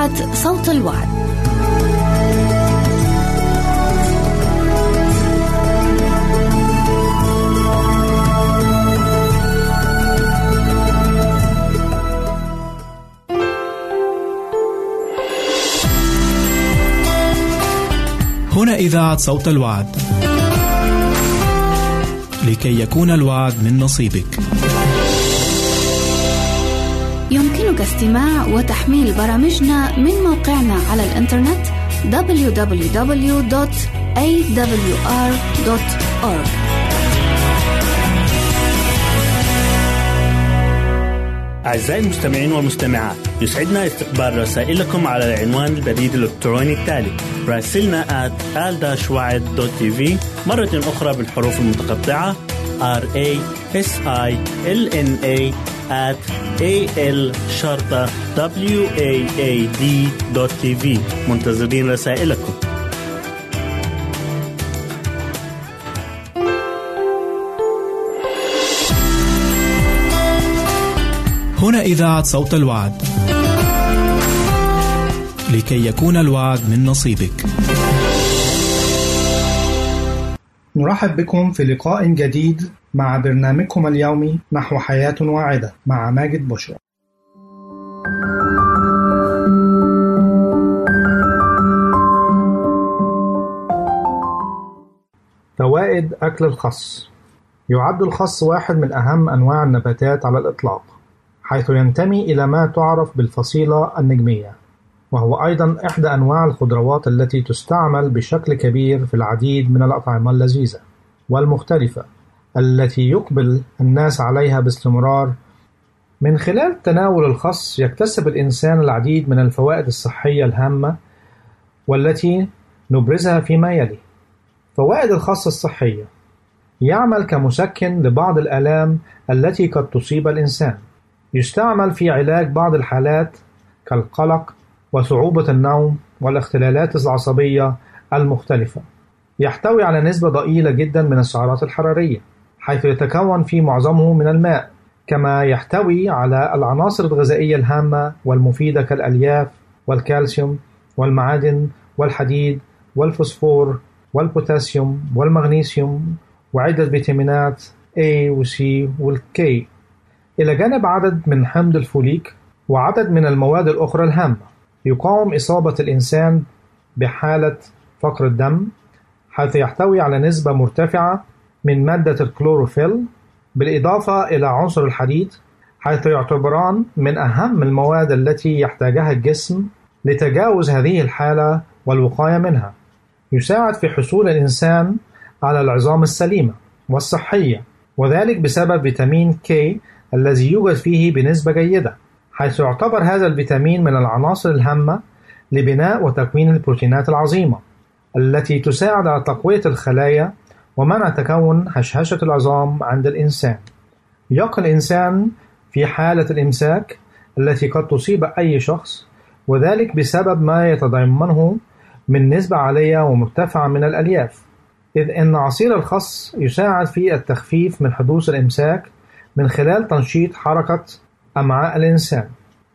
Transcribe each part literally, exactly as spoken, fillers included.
إذاعة صوت الوعد. هنا إذاعة صوت الوعد، لكي يكون الوعد من نصيبك. يمكنك استماع وتحميل برامجنا من موقعنا على الإنترنت دبليو دبليو دبليو دوت إيه دبليو آر دوت أورج. أعزائي المستمعين والمستمعات، يسعدنا استقبال رسائلكم على العنوان البريد الإلكتروني التالي: راسلنا آت آل وعد دوت تي في، مرة أخرى بالحروف المتقطعة آر إيه إس آي إل إن إيه آت إيه إل شرطة دبليو إيه إيه دي دوت تي في. منتظرين رسائلكم. هنا إذاعة صوت الوعد، لكي يكون الوعد من نصيبك. نرحب بكم في لقاء جديد مع برنامجكم اليومي نحو حياة واعدة مع ماجد بشرى. فوائد أكل الخس. يعد الخس واحد من أهم أنواع النباتات على الإطلاق، حيث ينتمي إلى ما تعرف بالفصيلة النجمية، وهو أيضا إحدى أنواع الخضروات التي تستعمل بشكل كبير في العديد من الأطعمة اللذيذة والمختلفة التي يقبل الناس عليها باستمرار. من خلال تناول الخس يكتسب الإنسان العديد من الفوائد الصحية الهامة، والتي نبرزها فيما يلي. فوائد الخس الصحية: يعمل كمسكن لبعض الآلام التي قد تصيب الإنسان. يستعمل في علاج بعض الحالات كالقلق وصعوبة النوم والاختلالات العصبية المختلفة. يحتوي على نسبة ضئيلة جدا من السعرات الحرارية، حيث يتكون في معظمه من الماء، كما يحتوي على العناصر الغذائية الهامة والمفيدة كالألياف والكالسيوم والمعادن والحديد والفوسفور والبوتاسيوم والمغنيسيوم وعدة فيتامينات A و C و K، إلى جانب عدد من حمض الفوليك وعدد من المواد الأخرى الهامة. يقاوم إصابة الإنسان بحالة فقر الدم، حيث يحتوي على نسبة مرتفعة من مادة الكلوروفيل، بالإضافة إلى عنصر الحديد، حيث يعتبران من أهم المواد التي يحتاجها الجسم لتجاوز هذه الحالة والوقاية منها. يساعد في حصول الإنسان على العظام السليمة والصحية، وذلك بسبب فيتامين K الذي يوجد فيه بنسبة جيدة، حيث يعتبر هذا الفيتامين من العناصر الهامة لبناء وتكوين البروتينات العظيمة التي تساعد على تقوية الخلايا ومنع تكون هشاشة العظام عند الإنسان. يقي الإنسان في حالة الإمساك التي قد تصيب أي شخص، وذلك بسبب ما يتضمنه من نسبة عالية ومرتفعة من الألياف، إذ أن عصير الخس يساعد في التخفيف من حدوث الإمساك من خلال تنشيط حركة أمعاء الإنسان.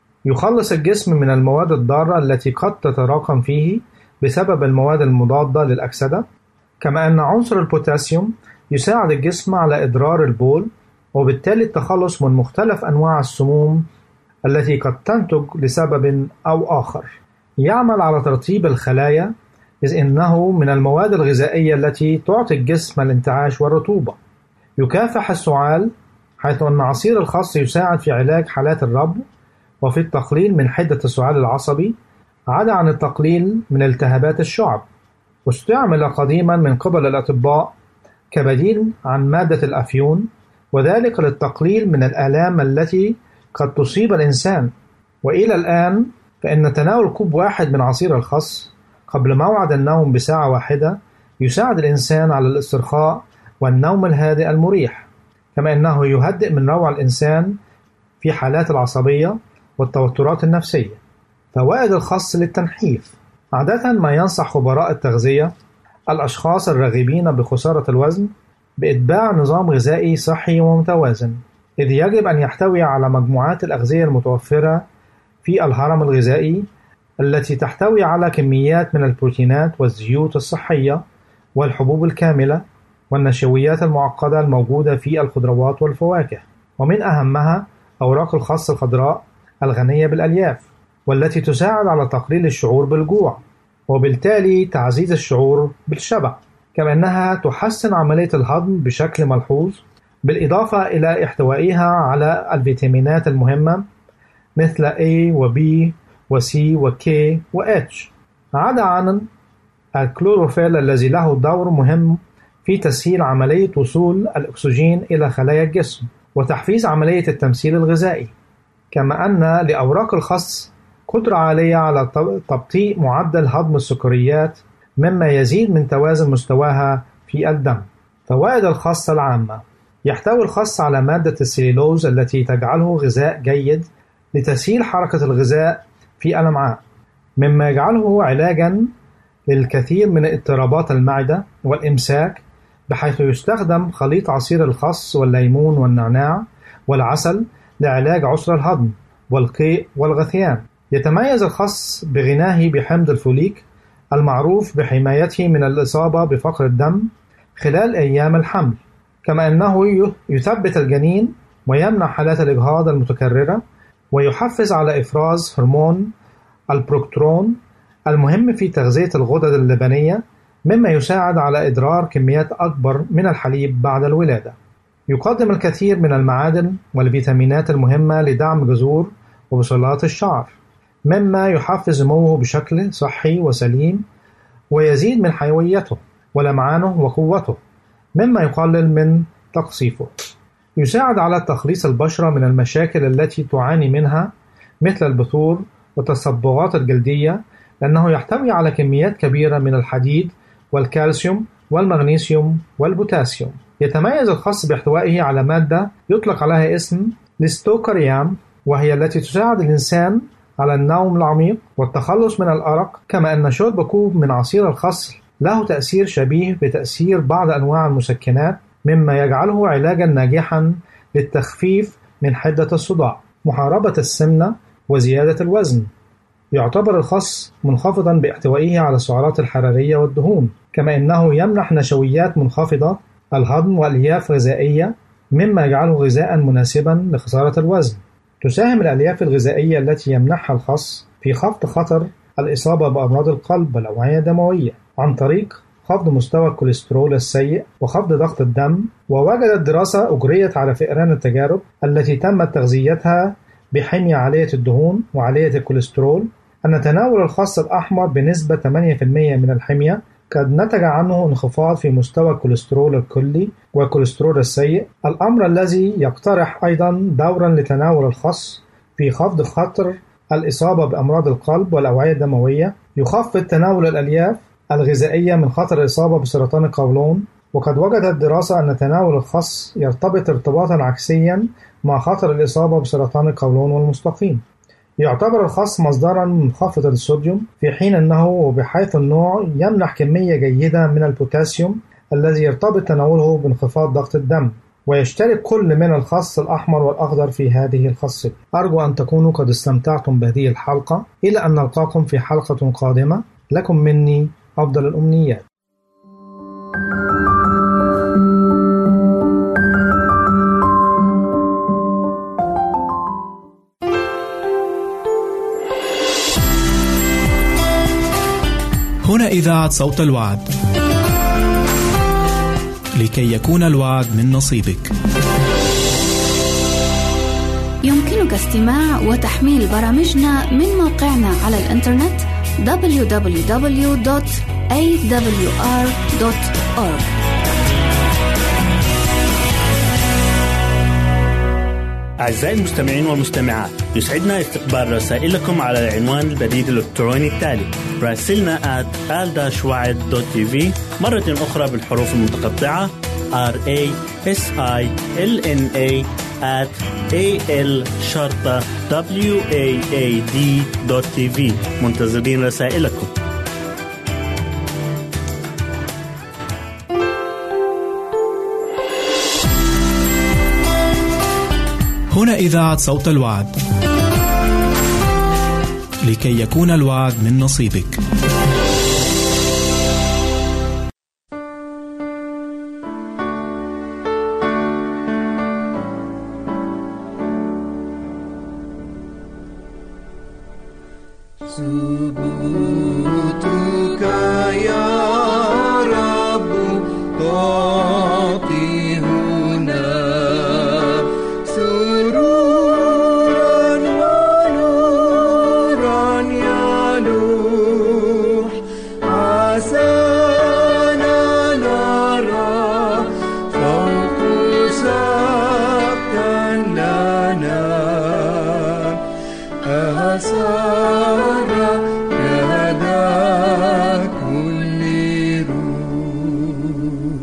يخلص الجسم من المواد الضارة التي قد تتراكم فيه بسبب المواد المضادة للأكسدة، كما أن عنصر البوتاسيوم يساعد الجسم على إدرار البول، وبالتالي التخلص من مختلف أنواع السموم التي قد تنتج لسبب أو آخر. يعمل على ترطيب الخلايا، إذ إنه من المواد الغذائية التي تعطي الجسم الانتعاش والرطوبة. يكافح السعال، حيث أن عصير الخس يساعد في علاج حالات الربو وفي التقليل من حدة السعال العصبي، عدا عن التقليل من التهابات الشعب. واستعمل قديما من قبل الأطباء كبديل عن مادة الأفيون، وذلك للتقليل من الآلام التي قد تصيب الإنسان. وإلى الآن فإن تناول كوب واحد من عصير الخس قبل موعد النوم بساعة واحدة يساعد الإنسان على الاسترخاء والنوم الهادئ المريح، كما أنه يهدئ من روع الإنسان في حالات العصبية والتوترات النفسية. فوائد الخس للتنحيف: عادة ما ينصح خبراء التغذية الأشخاص الراغبين بخسارة الوزن بإتباع نظام غذائي صحي ومتوازن، إذ يجب أن يحتوي على مجموعات الأغذية المتوفرة في الهرم الغذائي التي تحتوي على كميات من البروتينات والزيوت الصحية والحبوب الكاملة والنشويات المعقدة الموجودة في الخضروات والفواكه، ومن أهمها أوراق الخس الخضراء الغنية بالألياف، والتي تساعد على تقليل الشعور بالجوع وبالتالي تعزيز الشعور بالشبع، كما أنها تحسن عملية الهضم بشكل ملحوظ، بالإضافة إلى احتوائها على الفيتامينات المهمة مثل A و B و C و K و H، عدا عن الكلوروفيل الذي له دور مهم في تسهيل عملية وصول الأكسجين إلى خلايا الجسم وتحفيز عملية التمثيل الغذائي، كما أن لأوراق الخس قدرة عالية على تبطيء معدل هضم السكريات مما يزيد من توازن مستواها في الدم. فوائد الخس العامة: يحتوي الخس على مادة السليلوز التي تجعله غذاء جيد لتسهيل حركة الغذاء في الأمعاء، مما يجعله علاجا للكثير من اضطرابات المعدة والإمساك، بحيث يستخدم خليط عصير الخس والليمون والنعناع والعسل لعلاج عسر الهضم والقيء والغثيان. يتميز الخس بغناه بحمض الفوليك المعروف بحمايته من الإصابة بفقر الدم خلال أيام الحمل، كما أنه يثبت الجنين ويمنع حالات الإجهاض المتكررة، ويحفز على إفراز هرمون البروكترون المهم في تغذية الغدد اللبنية، مما يساعد على إدرار كميات أكبر من الحليب بعد الولادة. يقدم الكثير من المعادن والفيتامينات المهمة لدعم جذور وبصيلات الشعر، مما يحفز نموه بشكل صحي وسليم ويزيد من حيويته ولمعانه وقوته، مما يقلل من تقصيفه. يساعد على تخليص البشرة من المشاكل التي تعاني منها مثل البثور والتصبغات الجلدية، لأنه يحتوي على كميات كبيرة من الحديد والكالسيوم والمغنيسيوم والبوتاسيوم. يتميز الخس باحتوائه على مادة يطلق عليها اسم ليستوكريام، وهي التي تساعد الإنسان على النوم العميق والتخلص من الأرق، كما أن شرب كوب من عصير الخس له تأثير شبيه بتأثير بعض أنواع المسكنات، مما يجعله علاجا ناجحا للتخفيف من حدة الصداع، محاربة السمنة وزيادة الوزن. يعتبر الخس منخفضا باحتوائه على السعرات الحرارية والدهون، كما أنه يمنح نشويات منخفضة الهضم وألياف غذائية، مما يجعله غذاء مناسبا لخسارة الوزن. تساهم الألياف الغذائية التي يمنحها الخس في خفض خطر الإصابة بأمراض القلب والأوعية الدموية عن طريق خفض مستوى الكوليسترول السيء وخفض ضغط الدم. ووجدت دراسة أجريت على فئران التجارب التي تمت تغذيتها بحمية عالية الدهون وعالية الكوليسترول أن تناول الخس الأحمر بنسبة ثمانية بالمئة من الحمية قد نتج عنه انخفاض في مستوى الكوليسترول الكلي والكوليسترول السيء، الأمر الذي يقترح أيضا دورا لتناول الخس في خفض خطر الإصابة بأمراض القلب والأوعية الدموية. يخفض تناول الألياف الغذائية من خطر الإصابة بسرطان القولون، وقد وجدت دراسة أن تناول الخس يرتبط ارتباطا عكسيا مع خطر الإصابة بسرطان القولون والمستقيم. يعتبر الخس مصدرا منخفض الصوديوم، في حين أنه بحيث النوع يمنح كمية جيدة من البوتاسيوم الذي يرتبط تناوله بانخفاض ضغط الدم. ويشترك كل من الخس الأحمر والأخضر في هذه الخاصية. أرجو أن تكونوا قد استمتعتم بهذه الحلقة. إلى أن نلقاكم في حلقة قادمة، لكم مني أفضل الأمنيات. هنا إذاعة صوت الوعد، لكي يكون الوعد من نصيبك. يمكنك استماع وتحميل برامجنا من موقعنا على الإنترنت دبليو دبليو دبليو دوت إيه دبليو آر دوت أورج. أعزائي المستمعين والمستمعات، يسعدنا استقبال رسائلكم على العنوان البريد الإلكتروني التالي: راسلنا آت آل داش وعد دوت تي في، مرة أخرى بالحروف المتقطعة آر إيه إس آي إل إن إيه آت إيه إل شرطة دبليو إيه إيه دي دوت تي في. منتظرين رسائلكم. هنا إذاعة صوت الوعد، لكي يكون الوعد من نصيبك. ثبوتك يا رب تعطينا سرورا ونورا يلوح عسانا نرى فوق سبتا لنا أسار يدا كل روح.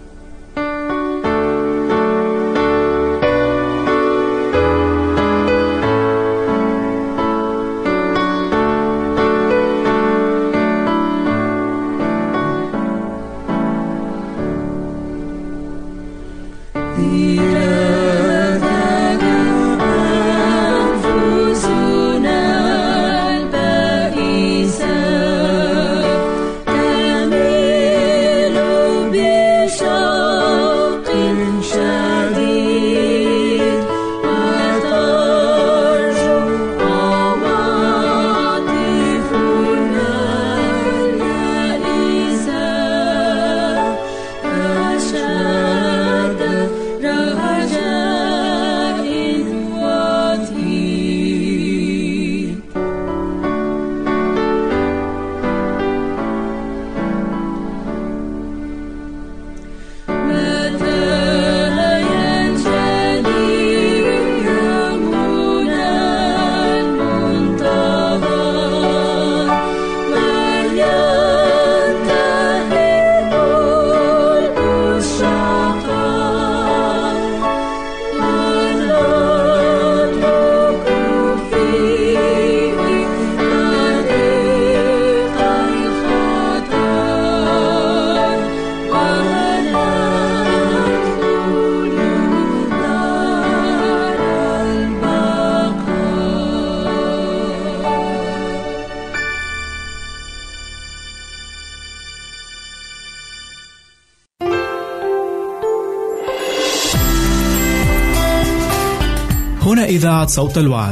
هنا إذاعة صوت الوعد،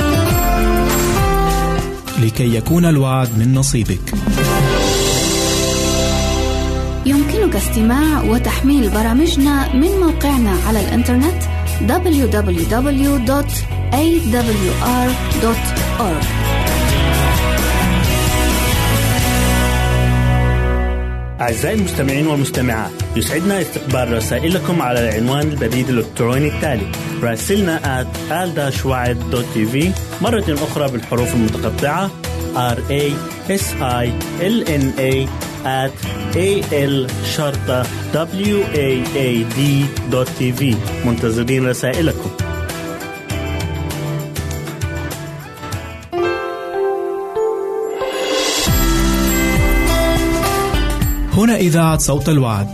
لكي يكون الوعد من نصيبك. يمكنك استماع وتحميل برامجنا من موقعنا على الإنترنت دبليو دبليو دبليو دوت إيه دبليو آر دوت أورج. أعزائي المستمعين والمستمعات، يسعدنا استقبال رسائلكم على العنوان البريد الإلكتروني التالي: راسلنا آت آل داش وعد دوت تي في، مرة أخرى بالحروف المتقطعة آر إيه إس آي إل إن إيه آت إيه إل شرطة دبليو إيه إيه دي دوت تي في. منتظرين رسائلكم. هنا إذاعة صوت الوعد،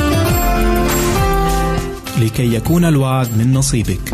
لكي يكون الوعد من نصيبك.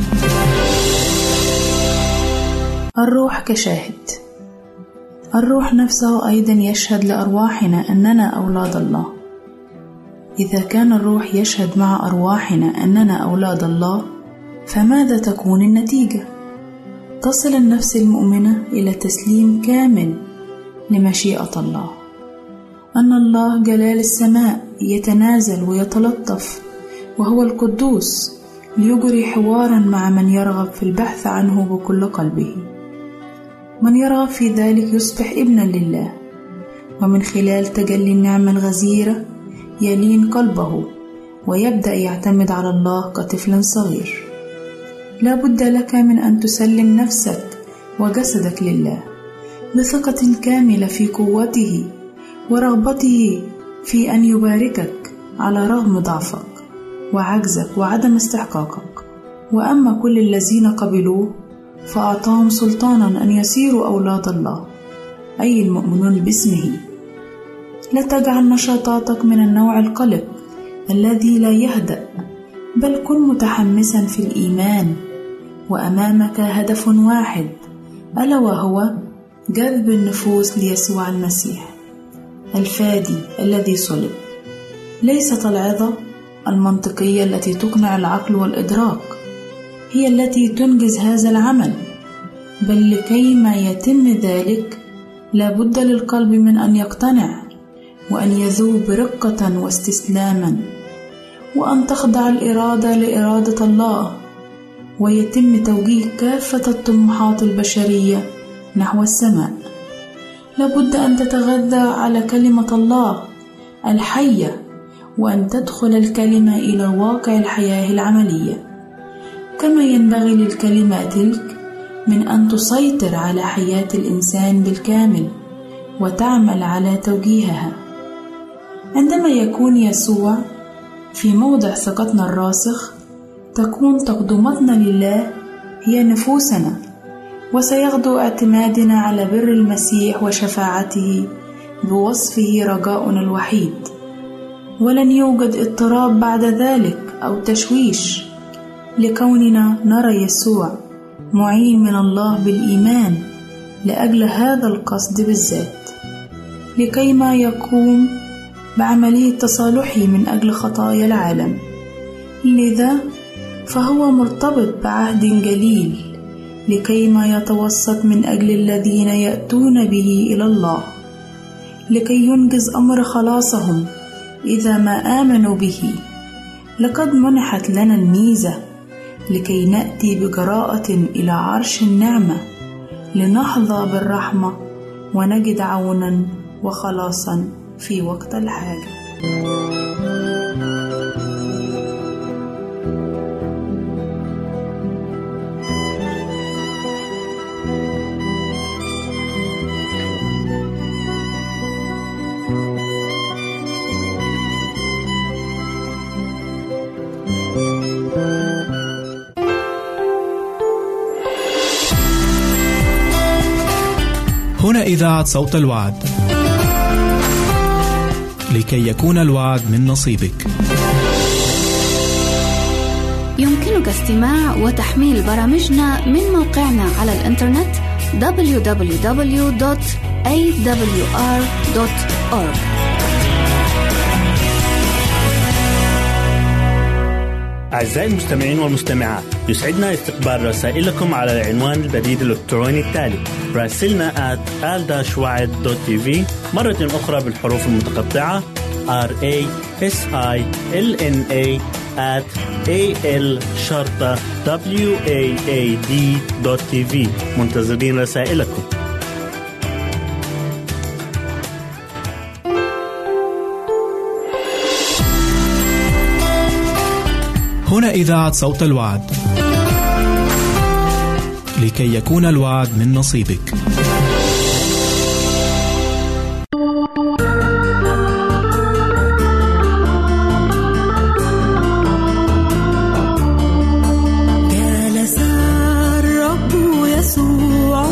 الروح كشاهد. الروح نفسه أيضا يشهد لأرواحنا أننا أولاد الله. إذا كان الروح يشهد مع أرواحنا أننا أولاد الله، فماذا تكون النتيجة؟ تصل النفس المؤمنة إلى تسليم كامل لمشيئة الله. أن الله جلال السماء يتنازل ويتلطف وهو القدوس ليجري حوارا مع من يرغب في البحث عنه بكل قلبه. من يرغب في ذلك يصبح ابنا لله، ومن خلال تجلي النعمة الغزيرة يلين قلبه ويبدأ يعتمد على الله كطفل صغير. لا بد لك من أن تسلم نفسك وجسدك لله بثقة كاملة في قوته ورغبته في أن يباركك على رغم ضعفك وعجزك وعدم استحقاقك. وأما كل الذين قبلوه فأعطاهم سلطانا أن يصيروا أولاد الله، أي المؤمنون باسمه. لا تجعل نشاطاتك من النوع القلق الذي لا يهدأ، بل كن متحمسا في الإيمان، وأمامك هدف واحد، ألا وهو جذب النفوس ليسوع المسيح الفادي الذي صلب. ليست العظة المنطقية التي تقنع العقل والإدراك هي التي تنجز هذا العمل، بل لكي ما يتم ذلك لابد للقلب من أن يقتنع وأن يذوب رقة واستسلاما، وأن تخضع الإرادة لإرادة الله، ويتم توجيه كافة الطموحات البشرية نحو السماء. لابد أن تتغذى على كلمة الله الحية، وأن تدخل الكلمة إلى واقع الحياة العملية، كما ينبغي للكلمة تلك من أن تسيطر على حياة الإنسان بالكامل وتعمل على توجيهها. عندما يكون يسوع في موضع ثقتنا الراسخ، تكون تقدمتنا لله هي نفوسنا، وسيغدو اعتمادنا على بر المسيح وشفاعته بوصفه رجاؤنا الوحيد، ولن يوجد اضطراب بعد ذلك أو تشويش، لكوننا نرى يسوع معين من الله بالإيمان لأجل هذا القصد بالذات، لكي ما يقوم بعملية تصالحه من أجل خطايا العالم. لذا فهو مرتبط بعهد جليل لكي ما يتوسط من أجل الذين يأتون به إلى الله، لكي ينجز أمر خلاصهم إذا ما آمنوا به. لقد منحت لنا الميزة لكي نأتي بجراءة إلى عرش النعمة، لنحظى بالرحمة ونجد عونا وخلاصا في وقت الحاجة. هنا إذاعة صوت الوعد. لكي يكون الوعد من نصيبك، يمكنك استماع وتحميل برامجنا من موقعنا على الإنترنت دبليو دبليو دبليو دوت إيه دبليو آر دوت أورج. أعزائي المستمعين والمستمعات، يسعدنا استقبال رسائلكم على العنوان البريد الإلكتروني التالي: راسلنا آت آل داش وعد دوت تي في، مرة أخرى بالحروف المتقطعة آر إيه إس آي إل إن إيه آت إيه إل شرطة دبليو إيه إيه دي دوت تي في. منتظرين رسائلكم. هنا إذاعة صوت الوعد. لكي يكون الوعد من نصيبك. جلس الرب يسوع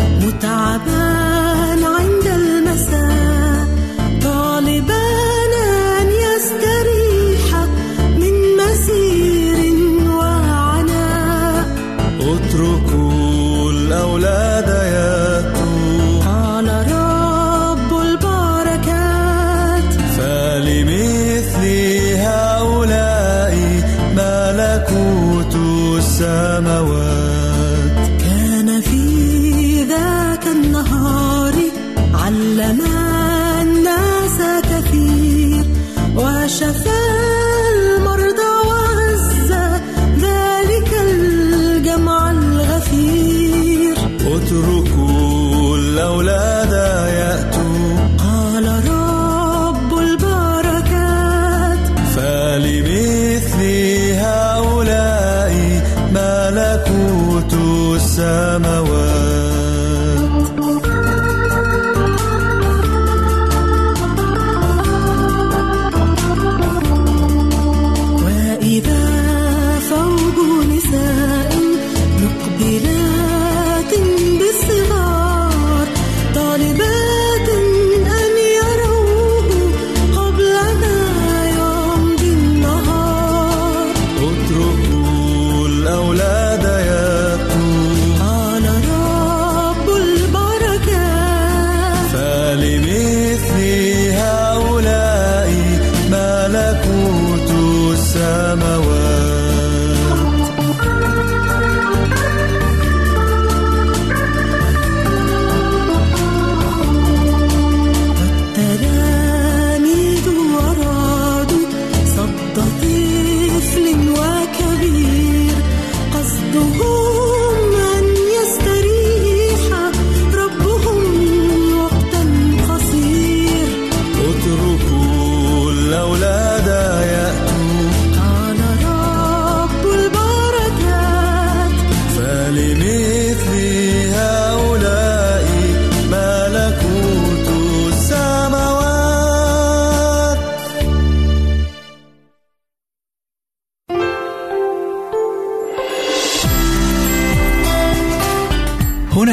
متعبا عند المساء، طالبا أن يستريح من مسير وعناء. اتركوا الأولاد يأتوا، قال رب البركات، فلمثل هؤلاء ملكوت السماوات. كان في ذاك النهار علم الناس كثير، وشفى المرضى وعز ذلك الجمع الغفير. اتركوا الأولاد يأتوا، قال رب البركات، فلمثل هؤلاء ملكوت السماوات.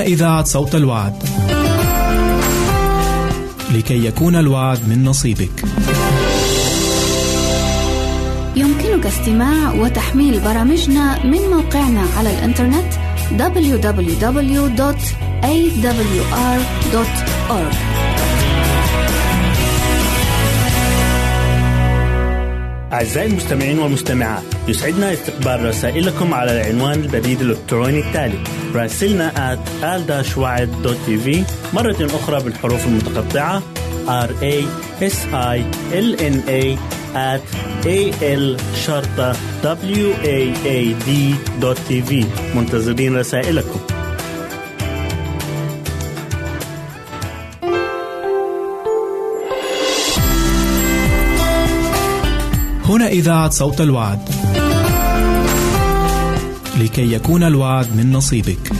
إذاعة صوت الوعد. لكي يكون الوعد من نصيبك، يمكنك استماع وتحميل برامجنا من موقعنا على الإنترنت دبليو دبليو دبليو دوت إيه دبليو آر دوت أورج. أعزائي المستمعين والمستمعات، يسعدنا استقبال رسائلكم على العنوان البريد الإلكتروني التالي: راسلنا آت آل وعد دوت تي في، مرة أخرى بالحروف المتقطعة آر إيه إس آي إل إن إيه آت إيه إل شرطة دبليو إيه إيه دي دوت تي في. منتظرين رسائلكم. هنا إذاعة صوت الوعد. لكي يكون الوعد من نصيبك.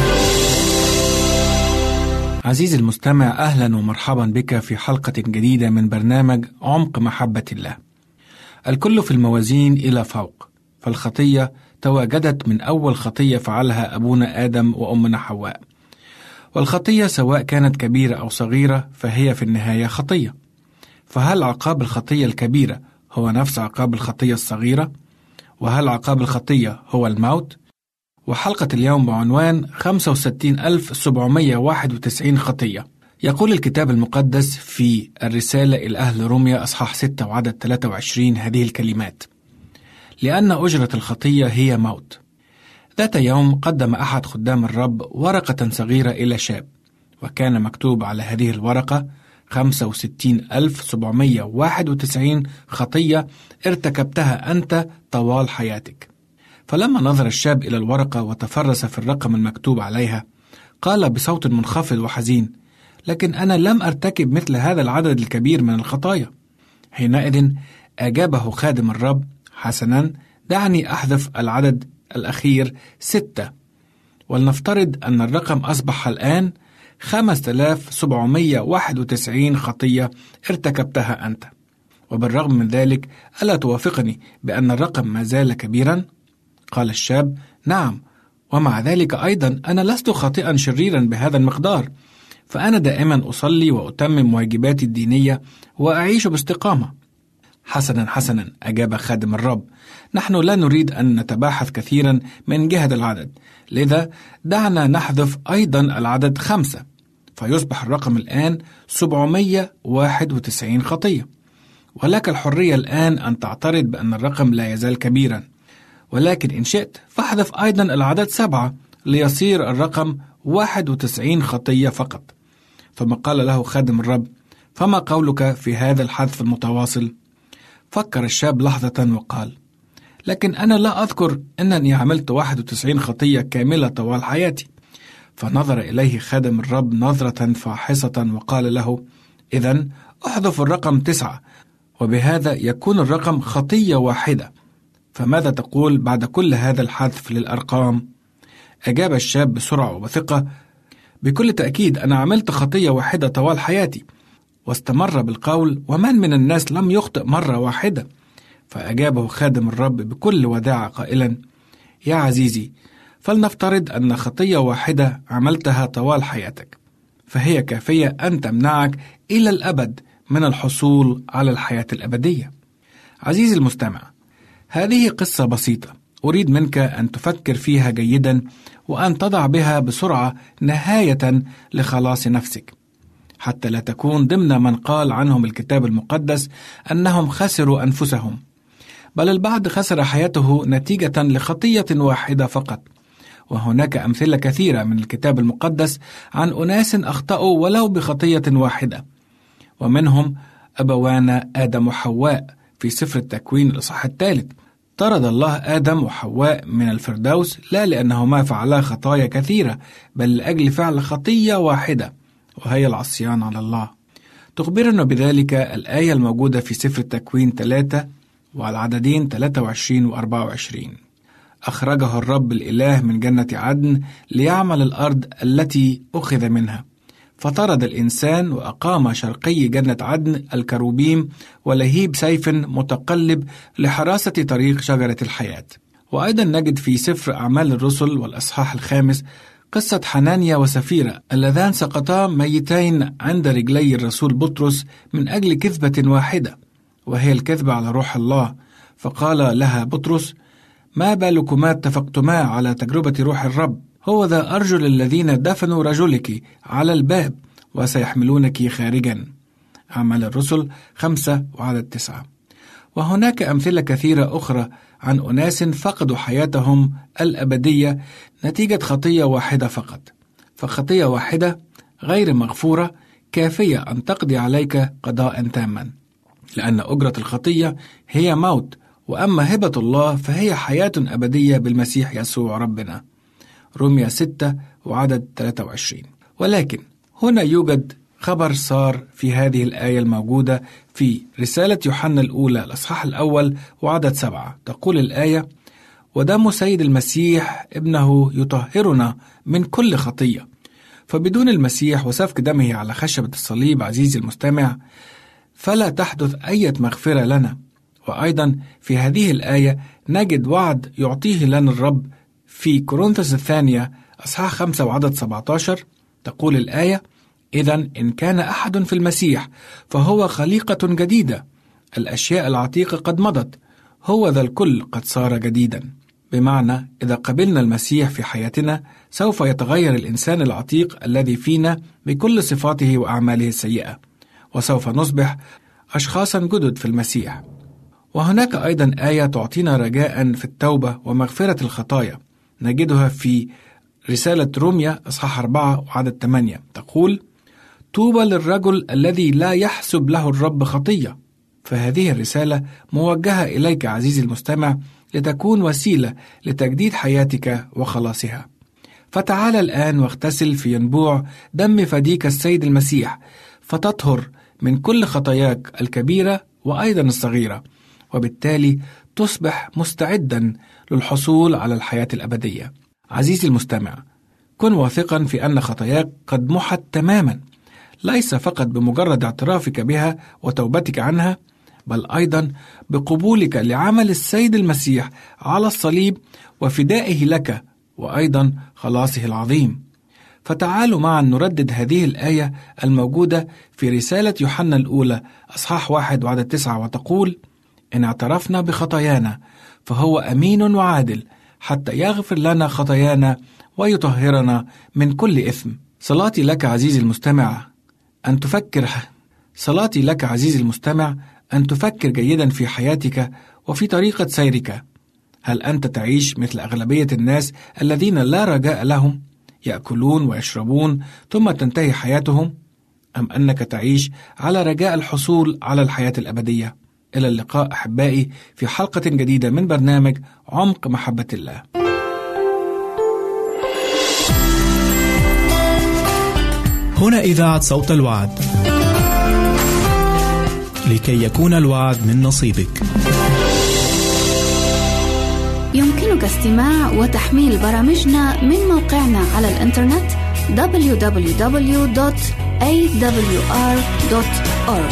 عزيزي المستمع، أهلا ومرحبا بك في حلقة جديدة من برنامج عمق محبة الله. الكل في الموازين إلى فوق، فالخطية تواجدت من أول خطية فعلها أبونا آدم وأمنا حواء، والخطية سواء كانت كبيرة أو صغيرة فهي في النهاية خطية. فهل عقاب الخطية الكبيرة هو نفس عقاب الخطية الصغيرة؟ وهل عقاب الخطية هو الموت؟ وحلقة اليوم بعنوان خمسة وستين ألف وسبعمائة وواحد وتسعين خطية. يقول الكتاب المقدس في الرسالة إلى أهل روميا أصحاح ستة وعدد ثلاثة وعشرين هذه الكلمات: لأن أجرة الخطية هي موت. ذات يوم قدم أحد خدام الرب ورقة صغيرة إلى شاب، وكان مكتوب على هذه الورقة خمسة وستين ألف وسبعمائة وواحد وتسعين خطية ارتكبتها أنت طوال حياتك. فلما نظر الشاب إلى الورقة وتفرس في الرقم المكتوب عليها، قال بصوت منخفض وحزين: لكن أنا لم أرتكب مثل هذا العدد الكبير من الخطايا. حينئذ أجابه خادم الرب: حسنا، دعني أحذف العدد الأخير ستة، ولنفترض أن الرقم أصبح الآن خمسة آلاف وسبعمائة وواحد وتسعين خطية ارتكبتها أنت. وبالرغم من ذلك ألا توافقني بأن الرقم ما زال كبيرا؟ قال الشاب: نعم، ومع ذلك أيضا أنا لست خاطئا شريرا بهذا المقدار، فأنا دائما أصلي وأتمم واجباتي الدينية وأعيش باستقامة. حسنا حسنا، أجاب خادم الرب، نحن لا نريد أن نتباحث كثيرا من جهة العدد، لذا دعنا نحذف أيضا العدد خمسة، فيصبح الرقم الآن سبعمائة وواحد وتسعين خطية. ولك الحرية الآن أن تعترض بأن الرقم لا يزال كبيرا، ولكن إن شئت فاحذف أيضا العدد سبعة ليصير الرقم واحد وتسعين خطية فقط. ثم قال له خادم الرب: فما قولك في هذا الحذف المتواصل؟ فكر الشاب لحظة وقال: لكن أنا لا أذكر أنني عملت واحد وتسعين خطية كاملة طوال حياتي. فنظر إليه خادم الرب نظرة فاحصة وقال له: إذن أحذف الرقم تسعة، وبهذا يكون الرقم خطية واحدة. فماذا تقول بعد كل هذا الحذف للأرقام؟ أجاب الشاب بسرعة وبثقة: بكل تأكيد أنا عملت خطية واحدة طوال حياتي. واستمر بالقول: ومن من الناس لم يخطئ مرة واحدة؟ فأجابه خادم الرب بكل وداعة قائلا: يا عزيزي، فلنفترض أن خطية واحدة عملتها طوال حياتك، فهي كافية أن تمنعك إلى الأبد من الحصول على الحياة الأبدية. عزيزي المستمع، هذه قصة بسيطة أريد منك أن تفكر فيها جيدا وأن تضع بها بسرعة نهاية لخلاص نفسك، حتى لا تكون ضمن من قال عنهم الكتاب المقدس أنهم خسروا أنفسهم، بل البعض خسر حياته نتيجة لخطية واحدة فقط. وهناك أمثلة كثيرة من الكتاب المقدس عن أناس أخطأوا ولو بخطية واحدة، ومنهم أبوانا آدم وحواء في سفر التكوين الإصحاح الثالث. طرد الله آدم وحواء من الفردوس لا لأنهما فعلا خطايا كثيرة، بل لأجل فعل خطية واحدة، وهي العصيان على الله. تخبرنا بذلك الآية الموجودة في سفر التكوين ثلاثة والعددين ثلاثة وعشرين وأربعة وعشرين: أخرجه الرب الإله من جنة عدن ليعمل الأرض التي أخذ منها، فطرد الإنسان وأقام شرقي جنة عدن الكروبيم ولهيب سيف متقلب لحراسة طريق شجرة الحياة. وأيضا نجد في سفر أعمال الرسل والأصحاح الخامس قصة حنانيا وسفيرة اللذان سقطا ميتين عند رجلي الرسول بطرس من أجل كذبة واحدة، وهي الكذبة على روح الله. فقال لها بطرس: ما بالكما اتفقتما على تجربة روح الرب؟ هو ذا أرجل الذين دفنوا رجلك على الباب وسيحملونك خارجا. أعمال الرسل خمسة وعدد تسعة. وهناك أمثلة كثيرة أخرى عن أناس فقدوا حياتهم الأبدية نتيجة خطية واحدة فقط. فخطية واحدة غير مغفورة كافية أن تقضي عليك قضاء تاما، لأن أجرة الخطية هي موت، وأما هبة الله فهي حياة أبدية بالمسيح يسوع ربنا. رومية ستة وعدد ثلاثة وعشرين. ولكن هنا يوجد خبر صار في هذه الآية الموجودة في رسالة يوحنا الأولى الأصحاح الأول وعدد سبعة. تقول الآية: ودم سيد المسيح ابنه يطهرنا من كل خطية. فبدون المسيح وسفك دمه على خشبة الصليب عزيزي المستمع فلا تحدث أي مغفرة لنا. وأيضا في هذه الآية نجد وعد يعطيه لنا الرب في كورنثوس الثانية أصحاح خمسة وعدد سبعة عشر. تقول الآية: إذن إن كان أحد في المسيح فهو خليقة جديدة، الأشياء العتيقة قد مضت، هو ذا الكل قد صار جديدا. بمعنى إذا قبلنا المسيح في حياتنا سوف يتغير الإنسان العتيق الذي فينا بكل صفاته وأعماله السيئة، وسوف نصبح أشخاصا جدد في المسيح. وهناك أيضا آية تعطينا رجاء في التوبة ومغفرة الخطايا، نجدها في رسالة روميا أصحاح أربعة وعدد ثمانية. تقول: طوبى للرجل الذي لا يحسب له الرب خطية. فهذه الرسالة موجهة إليك عزيزي المستمع لتكون وسيلة لتجديد حياتك وخلاصها. فتعال الآن واغتسل في ينبوع دم فديك السيد المسيح، فتطهر من كل خطاياك الكبيرة وأيضا الصغيرة، وبالتالي تصبح مستعدا للحصول على الحياة الأبدية. عزيزي المستمع، كن واثقا في أن خطاياك قد محت تماما، ليس فقط بمجرد اعترافك بها وتوبتك عنها، بل أيضا بقبولك لعمل السيد المسيح على الصليب وفدائه لك وأيضا خلاصه العظيم. فتعالوا معا نردد هذه الآية الموجودة في رسالة يوحنا الأولى أصحاح واحد وعدد تسعة، وتقول: إن اعترفنا بخطايانا فهو أمين وعادل حتى يغفر لنا خطايانا ويطهرنا من كل إثم. صلاتي لك عزيزي المستمع أن تفكر صلاتي لك عزيزي المستمع أن تفكر جيدا في حياتك وفي طريقة سيرك. هل أنت تعيش مثل أغلبية الناس الذين لا رجاء لهم، يأكلون ويشربون ثم تنتهي حياتهم، أم أنك تعيش على رجاء الحصول على الحياة الأبدية؟ إلى اللقاء أحبائي في حلقة جديدة من برنامج عمق محبة الله. هنا إذاعة صوت الوعد، لكي يكون الوعد من نصيبك. يمكنك استماع وتحميل برامجنا من موقعنا على الإنترنت دبليو دبليو دبليو دوت إيه دبليو آر دوت أورج.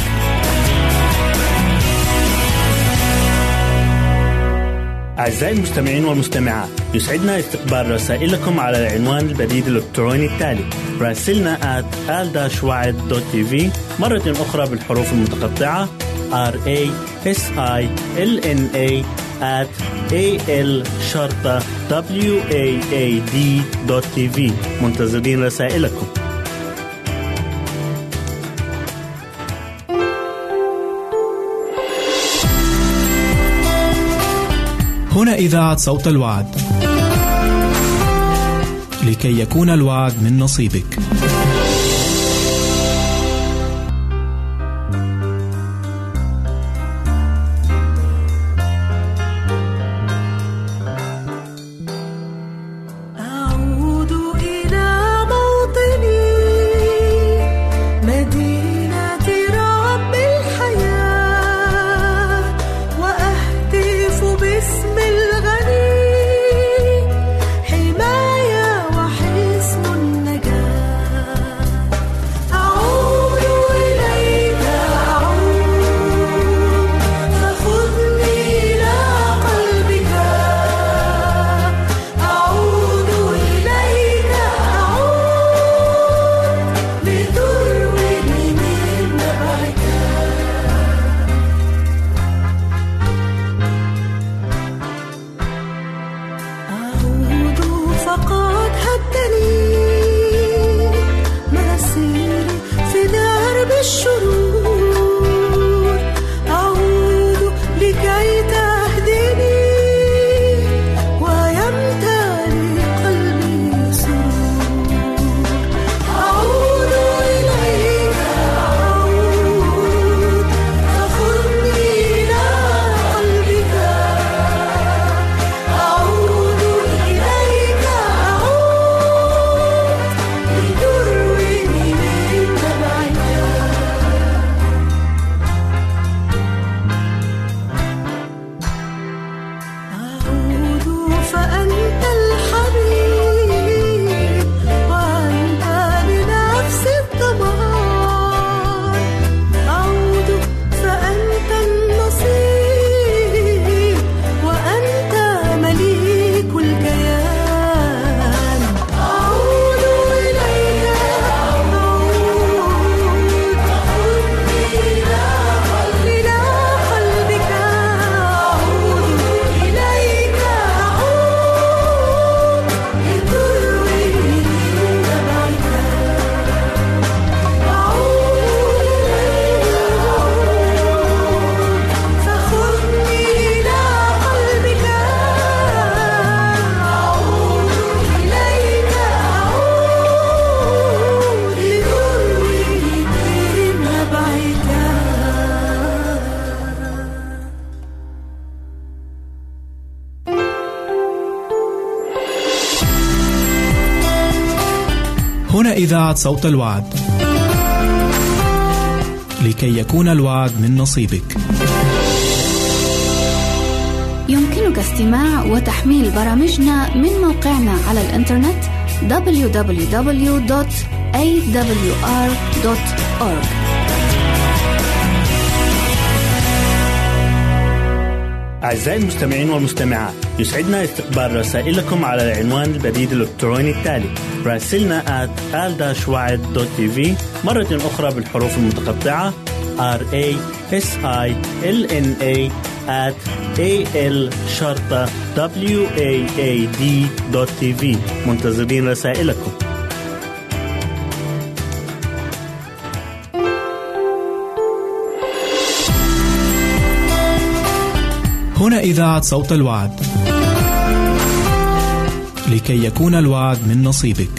أعزائي المستمعين والمستمعات، يسعدنا استقبال رسائلكم على العنوان البريد الإلكتروني التالي: راسلنا آت آل وعد دوت تي في، مرة أخرى بالحروف المتقطعة آر إيه إس آي إل إن إيه آت إيه إل شرطة دبليو إيه إيه دي دوت تي في. منتظرين رسائلكم. هنا إذاعة صوت الوعد، لكي يكون الوعد من نصيبك. حماية وحصن النجاة. هنا إذاعة صوت الوعد. لكي يكون الوعد من نصيبك، يمكنك استماع وتحميل برامجنا من موقعنا على الإنترنت دبليو دبليو دبليو دوت إيه دبليو آر دوت أورج. أعزائي المستمعين والمستمعات، يسعدنا استقبال رسائلكم على العنوان البريد الإلكتروني التالي: راسلنا آت آل داش وعد دوت تي في، مرة أخرى بالحروف المتقطعة آر إيه إس آي إل إن إيه آت إيه إل شرطة دبليو إيه إيه دي دوت تي في. منتظرين رسائلكم. هنا إذاعة صوت الوعد. لكي يكون الوعد من نصيبك.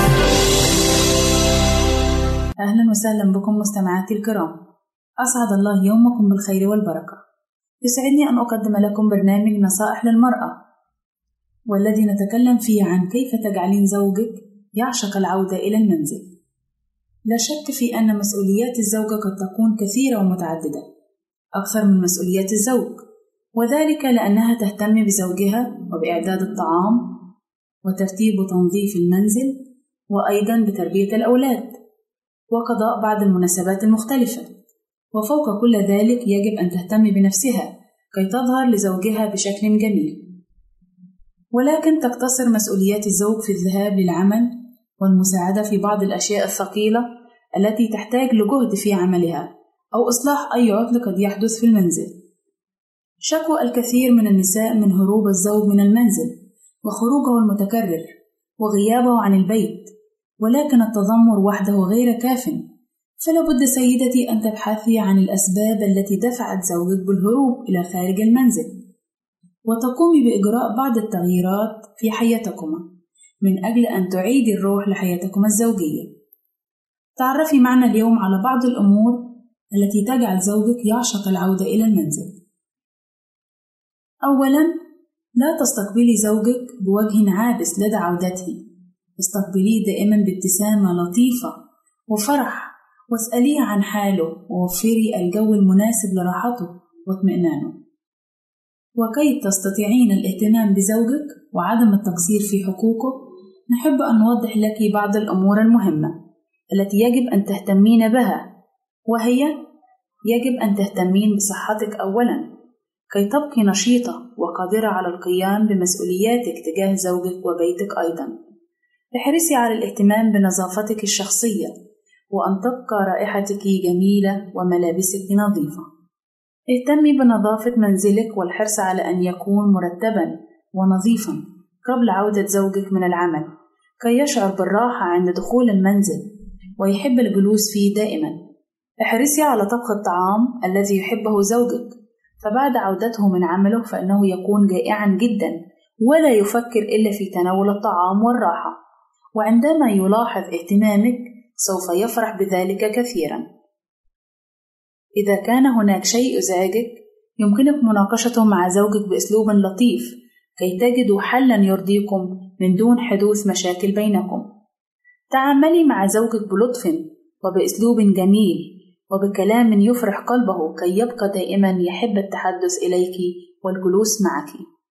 أهلا وسهلا بكم مستمعاتي الكرام، أسعد الله يومكم بالخير والبركة. يسعدني أن أقدم لكم برنامج نصائح للمرأة، والذي نتكلم فيه عن كيف تجعلين زوجك يعشق العودة إلى المنزل. لا شك في أن مسؤوليات الزوجة قد تكون كثيرة ومتعددة، أكثر من مسؤوليات الزوج، وذلك لأنها تهتم بزوجها وبإعداد الطعام وترتيب وتنظيف المنزل، وأيضا بتربية الأولاد وقضاء بعض المناسبات المختلفة. وفوق كل ذلك يجب أن تهتم بنفسها كي تظهر لزوجها بشكل جميل. ولكن تقتصر مسؤوليات الزوج في الذهاب للعمل والمساعدة في بعض الأشياء الثقيلة التي تحتاج لجهد في عملها، أو إصلاح أي عطل قد يحدث في المنزل. شكوى الكثير من النساء من هروب الزوج من المنزل وخروجه المتكرر وغيابه عن البيت، ولكن التذمر وحده غير كاف، فلا بد سيدتي أن تبحثي عن الأسباب التي دفعت زوجك بالهروب إلى خارج المنزل، وتقومي بإجراء بعض التغييرات في حياتكما من أجل أن تعيدي الروح لحياتكما الزوجية. تعرفي معنا اليوم على بعض الأمور التي تجعل زوجك يعشق العودة إلى المنزل. أولاً، لا تستقبلي زوجك بوجه عابس لدى عودته، استقبليه دائماً بابتسامة لطيفة وفرح، واسأليه عن حاله ووفري الجو المناسب لراحته واطمئنانه. وكي تستطيعين الاهتمام بزوجك وعدم التقصير في حقوقه، نحب أن نوضح لك بعض الأمور المهمة التي يجب أن تهتمين بها، وهي: يجب أن تهتمين بصحتك أولاً كي تبقي نشيطة وقادرة على القيام بمسؤولياتك تجاه زوجك وبيتك. أيضاً احرصي على الاهتمام بنظافتك الشخصية، وأن تبقى رائحتك جميلة وملابسك نظيفة. اهتمي بنظافة منزلك والحرص على أن يكون مرتباً ونظيفاً قبل عودة زوجك من العمل، كي يشعر بالراحة عند دخول المنزل ويحب الجلوس فيه دائماً. احرصي على طبخ الطعام الذي يحبه زوجك، فبعد عودته من عمله فإنه يكون جائعاً جداً ولا يفكر إلا في تناول الطعام والراحة، وعندما يلاحظ اهتمامك سوف يفرح بذلك كثيراً. إذا كان هناك شيء يزعجك، يمكنك مناقشته مع زوجك بأسلوب لطيف كي تجدوا حلاً يرضيكم من دون حدوث مشاكل بينكم. تعاملي مع زوجك بلطف وبأسلوب جميل وبكلام يفرح قلبه كي يبقى دائماً يحب التحدث إليك والجلوس معك.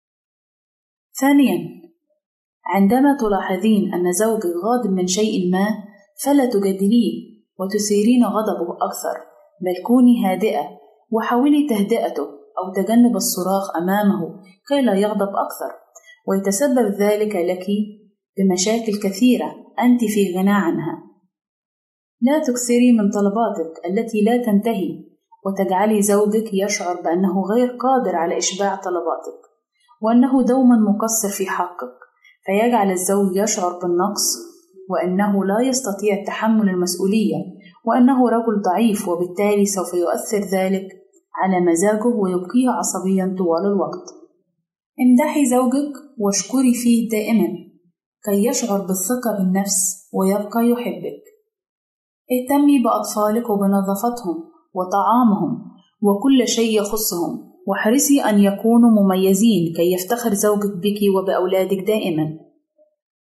ثانياً، عندما تلاحظين أن زوجك غاضب من شيء ما، فلا تجادليه وتثيرين غضبه أكثر، بل كوني هادئة وحاولي تهدئته أو تجنب الصراخ أمامه كي لا يغضب أكثر، ويتسبب ذلك لك بمشاكل كثيرة أنت في غنى عنها. لا تكثري من طلباتك التي لا تنتهي وتجعلي زوجك يشعر بأنه غير قادر على إشباع طلباتك، وأنه دوما مقصر في حقك، فيجعل الزوج يشعر بالنقص وأنه لا يستطيع تحمل المسؤولية، وأنه رجل ضعيف، وبالتالي سوف يؤثر ذلك على مزاجه ويبقيه عصبيا طوال الوقت. امدحي زوجك واشكري فيه دائما كي يشعر بالثقة بالنفس ويبقى يحبك. اهتمي بأطفالك وبنظافتهم وطعامهم وكل شيء يخصهم، واحرصي أن يكونوا مميزين كي يفتخر زوجك بك وبأولادك دائما.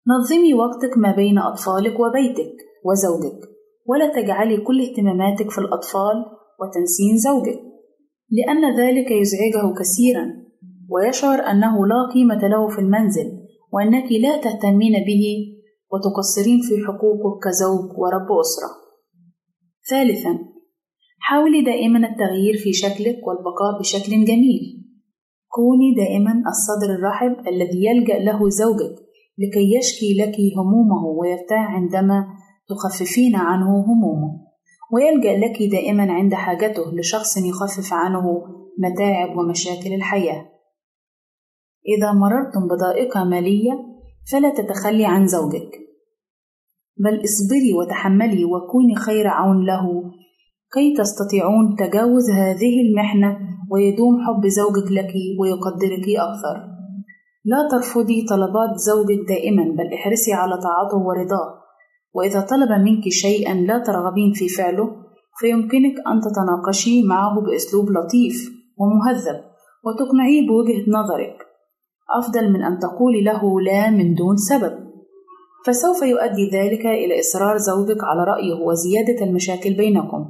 نظمي وقتك ما بين أطفالك وبيتك وزوجك، ولا تجعلي كل اهتماماتك في الأطفال وتنسين زوجك، لأن ذلك يزعجه كثيرا ويشعر أنه لا قيمة له في المنزل، وأنك لا تهتمين به وتقصرين في حقوقه كزوج ورب أسرة. ثالثا، حاولي دائما التغيير في شكلك والبقاء بشكل جميل. كوني دائما الصدر الرحب الذي يلجأ له زوجك لكي يشكي لك همومه ويرتاح عندما تخففين عنه همومه، ويلجأ لك دائما عند حاجته لشخص يخفف عنه متاعب ومشاكل الحياة. إذا مررتم بضائقة مالية فلا تتخلي عن زوجك، بل اصبري وتحملي وكوني خير عون له كي تستطيعون تجاوز هذه المحنة ويدوم حب زوجك لك ويقدرك أكثر. لا ترفضي طلبات زوجك دائما، بل احرصي على طاعته ورضاه، وإذا طلب منك شيئا لا ترغبين في فعله فيمكنك أن تتناقشي معه بأسلوب لطيف ومهذب وتقنعيه بوجهة نظرك، أفضل من أن تقولي له لا من دون سبب، فسوف يؤدي ذلك إلى إصرار زوجك على رأيه وزيادة المشاكل بينكم.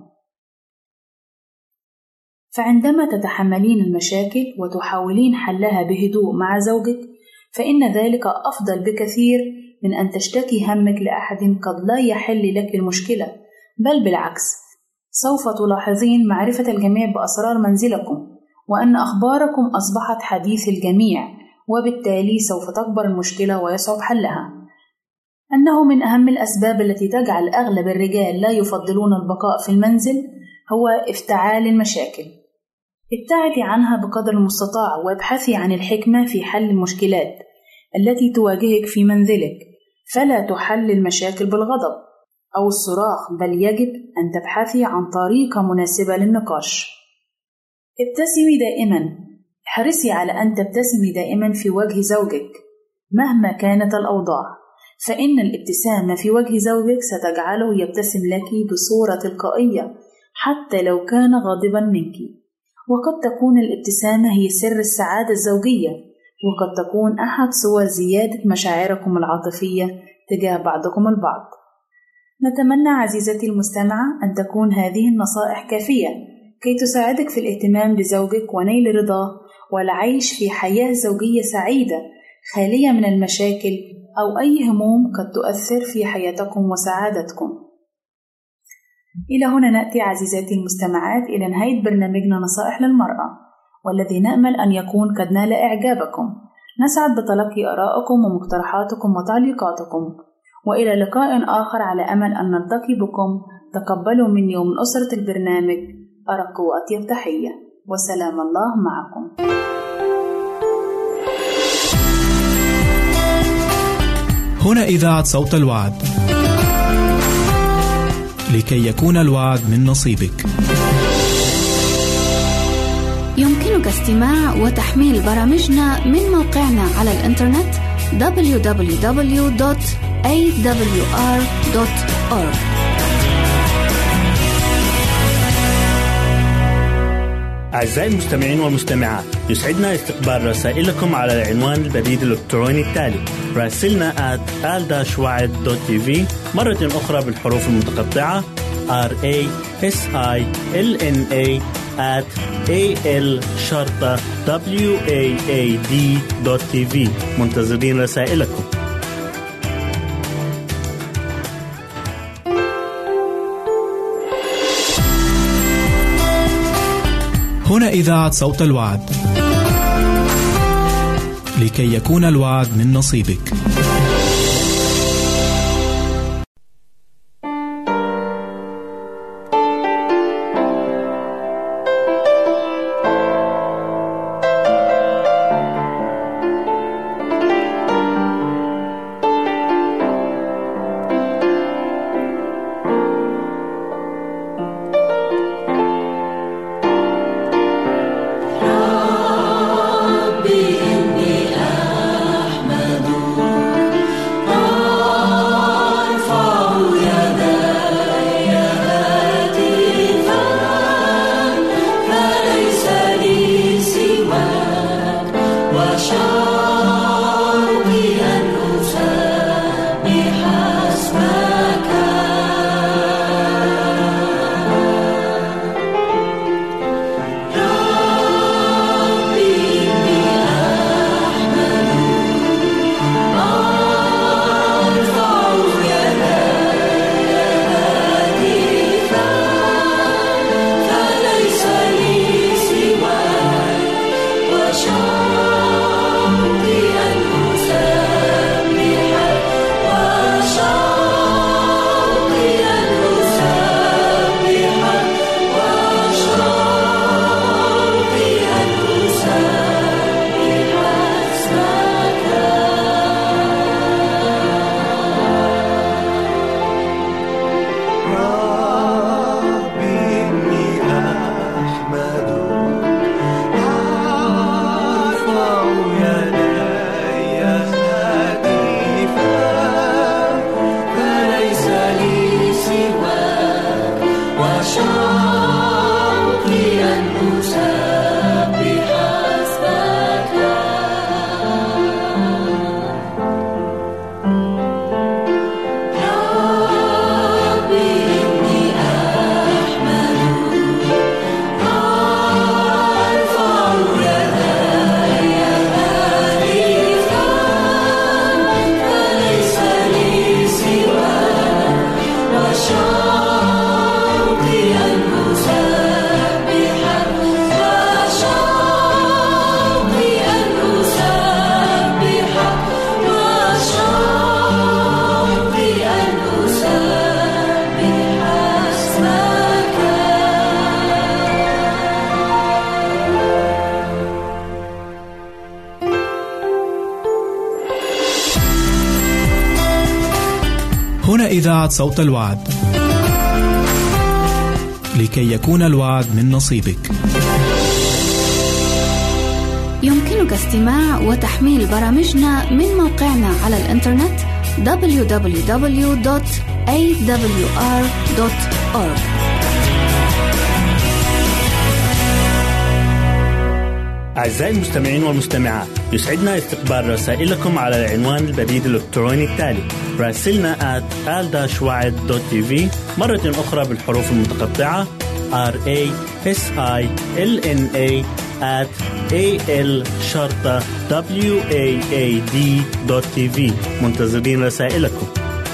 فعندما تتحملين المشاكل وتحاولين حلها بهدوء مع زوجك فإن ذلك أفضل بكثير من أن تشتكي همك لأحد قد لا يحل لك المشكلة، بل بالعكس سوف تلاحظين معرفة الجميع بأسرار منزلكم، وأن أخباركم أصبحت حديث الجميع، وبالتالي سوف تكبر المشكلة ويصعب حلها. أنه من أهم الأسباب التي تجعل أغلب الرجال لا يفضلون البقاء في المنزل هو افتعال المشاكل. ابتعدي عنها بقدر المستطاع وابحثي عن الحكمة في حل المشكلات التي تواجهك في منزلك، فلا تحل المشاكل بالغضب أو الصراخ، بل يجب أن تبحثي عن طريقة مناسبة للنقاش. ابتسمي دائما، احرصي على أن تبتسمي دائما في وجه زوجك مهما كانت الأوضاع، فإن الابتسامة في وجه زوجك ستجعله يبتسم لك بصورة تلقائية حتى لو كان غاضبا منك. وقد تكون الابتسامة هي سر السعادة الزوجية، وقد تكون أحد صور زيادة مشاعركم العاطفية تجاه بعضكم البعض. نتمنى عزيزتي المستمعة أن تكون هذه النصائح كافية كي تساعدك في الاهتمام بزوجك ونيل رضاه والعيش في حياة زوجية سعيدة خالية من المشاكل أو أي هموم قد تؤثر في حياتكم وسعادتكم. إلى هنا نأتي عزيزاتي المستمعات إلى نهاية برنامجنا نصائح للمرأة، والذي نأمل أن يكون قد نال إعجابكم. نسعد بتلقي آرائكم ومقترحاتكم وتعليقاتكم، وإلى لقاء آخر على أمل أن نلتقي بكم. تقبلوا مني ومن أسرة البرنامج أرق وأطيب تحية، وسلام الله معكم. هنا إذاعة صوت الوعد، لكي يكون الوعد من نصيبك. يمكنك استماع وتحميل برامجنا من موقعنا على الإنترنت دبليو دبليو دبليو دوت إيه دبليو آر دوت أورج. أعزائي المستمعين والمستمعات، يسعدنا استقبال رسائلكم على العنوان البريد الإلكتروني التالي: راسلنا آت آل داش وعد دوت تي في، مرة أخرى بالحروف المتقطعة آر إيه إس آي إل إن إيه آت إيه إل شرطة دبليو إيه إيه دي دوت تي في. منتظرين رسائلكم. هنا إذاعة صوت الوعد، لكي يكون الوعد من نصيبك. إذاعة صوت الوعد. لكي يكون الوعد من نصيبك، يمكنك استماع وتحميل برامجنا من موقعنا على الإنترنت دبليو دبليو دبليو دوت إيه دبليو آر دوت أورج. أعزائي المستمعين والمستمعات، يسعدنا استقبال رسائلكم على العنوان البريد الإلكتروني التالي: راسلنا آت آل داش وعد دوت تي في، مرة أخرى بالحروف المتقطعة آر إيه إس آي إل إن إيه آت إيه إل شرطة دبليو إيه إيه دي دوت تي في. منتظرين رسائلكم.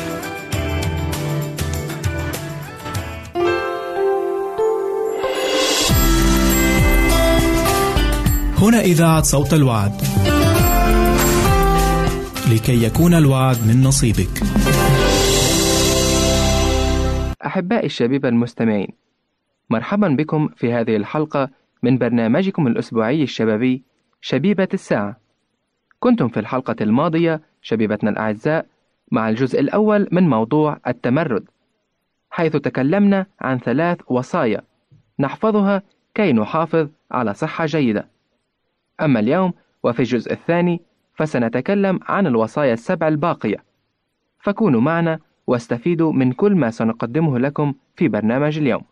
هنا إذاعة صوت الوعد. لكي يكون الوعد من نصيبك. أحبائي الشبيبة المستمعين، مرحبا بكم في هذه الحلقة من برنامجكم الأسبوعي الشبابي شبيبة الساعة. كنتم في الحلقة الماضية شبيبتنا الأعزاء مع الجزء الأول من موضوع التمرد، حيث تكلمنا عن ثلاث وصايا نحفظها كي نحافظ على صحة جيدة. أما اليوم وفي الجزء الثاني فسنتكلم عن الوصايا السبع الباقية، فكونوا معنا واستفيدوا من كل ما سنقدمه لكم في برنامج اليوم.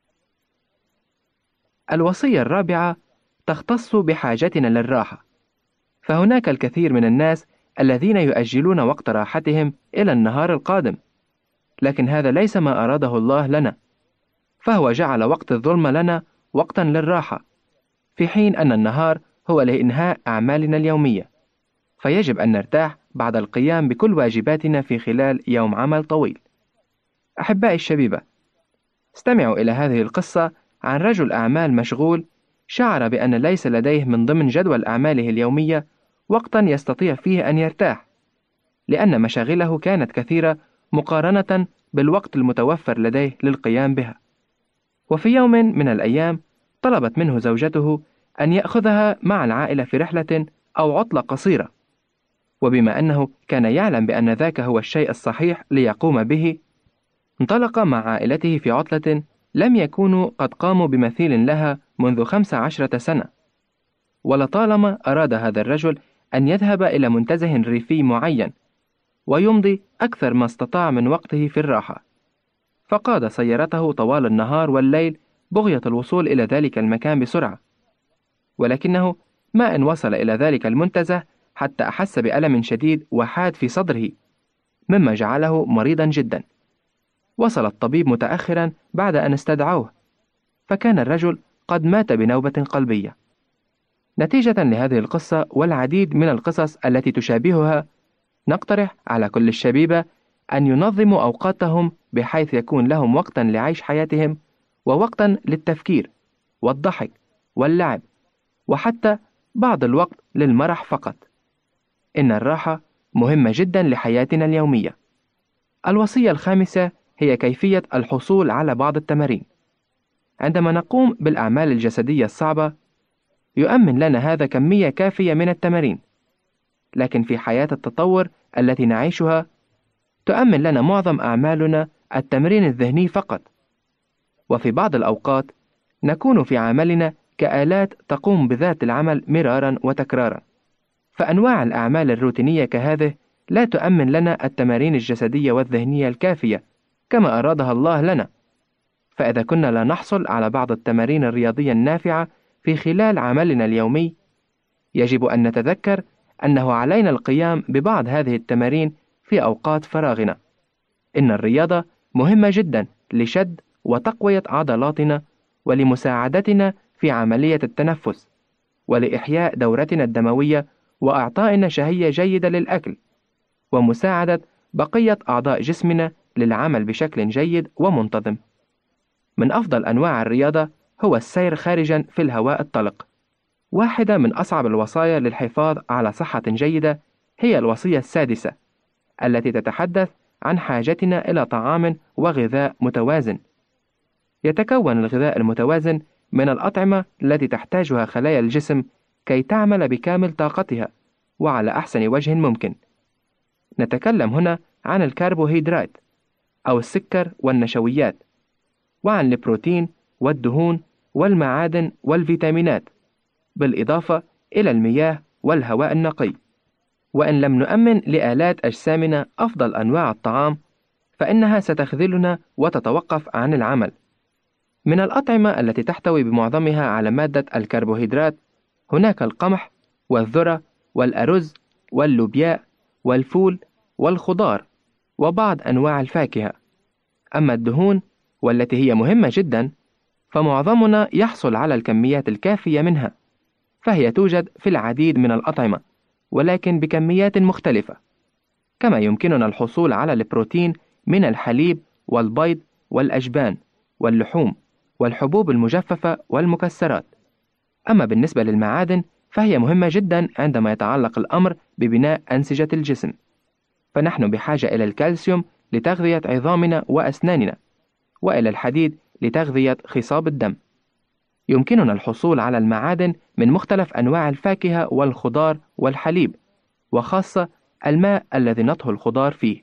الوصية الرابعة تختص بحاجتنا للراحة، فهناك الكثير من الناس الذين يؤجلون وقت راحتهم إلى النهار القادم، لكن هذا ليس ما أراده الله لنا، فهو جعل وقت الظلمة لنا وقتا للراحة، في حين أن النهار هو لإنهاء أعمالنا اليومية، فيجب أن نرتاح بعد القيام بكل واجباتنا في خلال يوم عمل طويل. أحبائي الشبيبة، استمعوا إلى هذه القصة عن رجل أعمال مشغول شعر بأن ليس لديه من ضمن جدول أعماله اليومية وقتا يستطيع فيه أن يرتاح، لأن مشاغله كانت كثيرة مقارنة بالوقت المتوفر لديه للقيام بها. وفي يوم من الأيام طلبت منه زوجته أن يأخذها مع العائلة في رحلة أو عطلة قصيرة، وبما أنه كان يعلم بأن ذاك هو الشيء الصحيح ليقوم به، انطلق مع عائلته في عطلة لم يكونوا قد قاموا بمثيل لها منذ خمس عشرة سنة. ولطالما أراد هذا الرجل أن يذهب إلى منتزه ريفي معين ويمضي أكثر ما استطاع من وقته في الراحة، فقاد سيارته طوال النهار والليل بغية الوصول إلى ذلك المكان بسرعة، ولكنه ما أن وصل إلى ذلك المنتزه حتى أحس بألم شديد وحاد في صدره، مما جعله مريضا جدا. وصل الطبيب متأخرا بعد أن استدعوه، فكان الرجل قد مات بنوبة قلبية. نتيجة لهذه القصة والعديد من القصص التي تشابهها، نقترح على كل الشبيبة أن ينظموا أوقاتهم بحيث يكون لهم وقتا لعيش حياتهم ووقتا للتفكير والضحك واللعب، وحتى بعض الوقت للمرح فقط. إن الراحة مهمة جدا لحياتنا اليومية. الوصية الخامسة هي كيفية الحصول على بعض التمارين. عندما نقوم بالأعمال الجسدية الصعبة يؤمن لنا هذا كمية كافية من التمارين، لكن في حياة التطور التي نعيشها تؤمن لنا معظم أعمالنا التمرين الذهني فقط، وفي بعض الأوقات نكون في عملنا كآلات تقوم بذات العمل مرارا وتكرارا، فأنواع الأعمال الروتينية كهذه لا تؤمن لنا التمارين الجسدية والذهنية الكافية كما أرادها الله لنا. فإذا كنا لا نحصل على بعض التمارين الرياضية النافعة في خلال عملنا اليومي، يجب أن نتذكر أنه علينا القيام ببعض هذه التمارين في أوقات فراغنا. إن الرياضة مهمة جدا لشد وتقوية عضلاتنا ولمساعدتنا في عملية التنفس ولإحياء دورتنا الدموية وإعطائنا شهية جيدة للأكل ومساعدة بقية أعضاء جسمنا للعمل بشكل جيد ومنتظم. من أفضل أنواع الرياضة هو السير خارجا في الهواء الطلق. واحدة من أصعب الوصايا للحفاظ على صحة جيدة هي الوصية السادسة، التي تتحدث عن حاجتنا إلى طعام وغذاء متوازن. يتكون الغذاء المتوازن من الأطعمة التي تحتاجها خلايا الجسم كي تعمل بكامل طاقتها وعلى أحسن وجه ممكن. نتكلم هنا عن الكربوهيدرات، أو السكر والنشويات، وعن البروتين والدهون والمعادن والفيتامينات، بالإضافة إلى المياه والهواء النقي. وإن لم نؤمن لآلات أجسامنا أفضل أنواع الطعام، فإنها ستخذلنا وتتوقف عن العمل. من الأطعمة التي تحتوي بمعظمها على مادة الكربوهيدرات هناك القمح والذرة والأرز واللوبيا والفول والخضار وبعض أنواع الفاكهة. أما الدهون والتي هي مهمة جدا، فمعظمنا يحصل على الكميات الكافية منها، فهي توجد في العديد من الأطعمة ولكن بكميات مختلفة. كما يمكننا الحصول على البروتين من الحليب والبيض والأجبان واللحوم والحبوب المجففة والمكسرات. أما بالنسبة للمعادن فهي مهمة جدا عندما يتعلق الأمر ببناء أنسجة الجسم، فنحن بحاجة إلى الكالسيوم لتغذية عظامنا وأسناننا، وإلى الحديد لتغذية خصاب الدم. يمكننا الحصول على المعادن من مختلف أنواع الفاكهة والخضار والحليب، وخاصة الماء الذي نطهو الخضار فيه.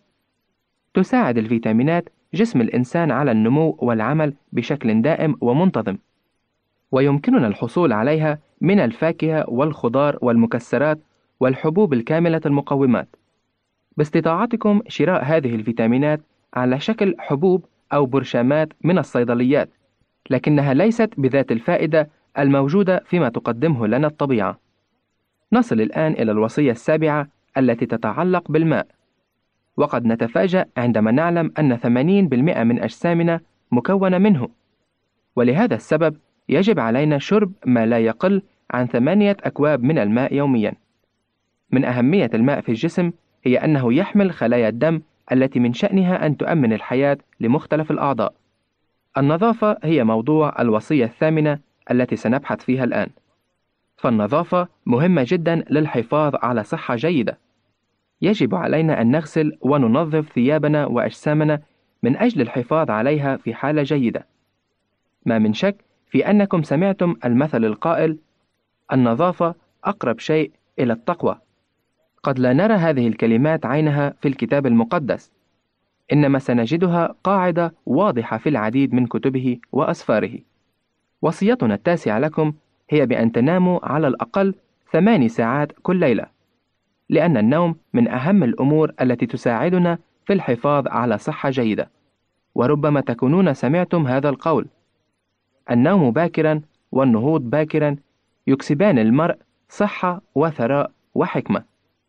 تساعد الفيتامينات جسم الإنسان على النمو والعمل بشكل دائم ومنتظم، ويمكننا الحصول عليها من الفاكهة والخضار والمكسرات والحبوب الكاملة المقومات، باستطاعتكم شراء هذه الفيتامينات على شكل حبوب أو برشامات من الصيدليات، لكنها ليست بذات الفائدة الموجودة فيما تقدمه لنا الطبيعة. نصل الآن إلى الوصية السابعة التي تتعلق بالماء، وقد نتفاجأ عندما نعلم أن ثمانين بالمئة من أجسامنا مكونة منه، ولهذا السبب يجب علينا شرب ما لا يقل عن ثمانية أكواب من الماء يوميا. من أهمية الماء في الجسم هي أنه يحمل خلايا الدم التي من شأنها أن تؤمن الحياة لمختلف الأعضاء. النظافة هي موضوع الوصية الثامنة التي سنبحث فيها الآن، فالنظافة مهمة جدا للحفاظ على صحة جيدة. يجب علينا أن نغسل وننظف ثيابنا وأجسامنا من أجل الحفاظ عليها في حالة جيدة. ما من شك في أنكم سمعتم المثل القائل: النظافة أقرب شيء إلى التقوى. قد لا نرى هذه الكلمات عينها في الكتاب المقدس، إنما سنجدها قاعدة واضحة في العديد من كتبه وأسفاره. وصيتنا التاسعة لكم هي بأن تناموا على الأقل ثماني ساعات كل ليلة، لأن النوم من أهم الأمور التي تساعدنا في الحفاظ على صحة جيدة. وربما تكونون سمعتم هذا القول: النوم باكرا والنهوض باكرا يكسبان المرء صحة وثراء وحكمة.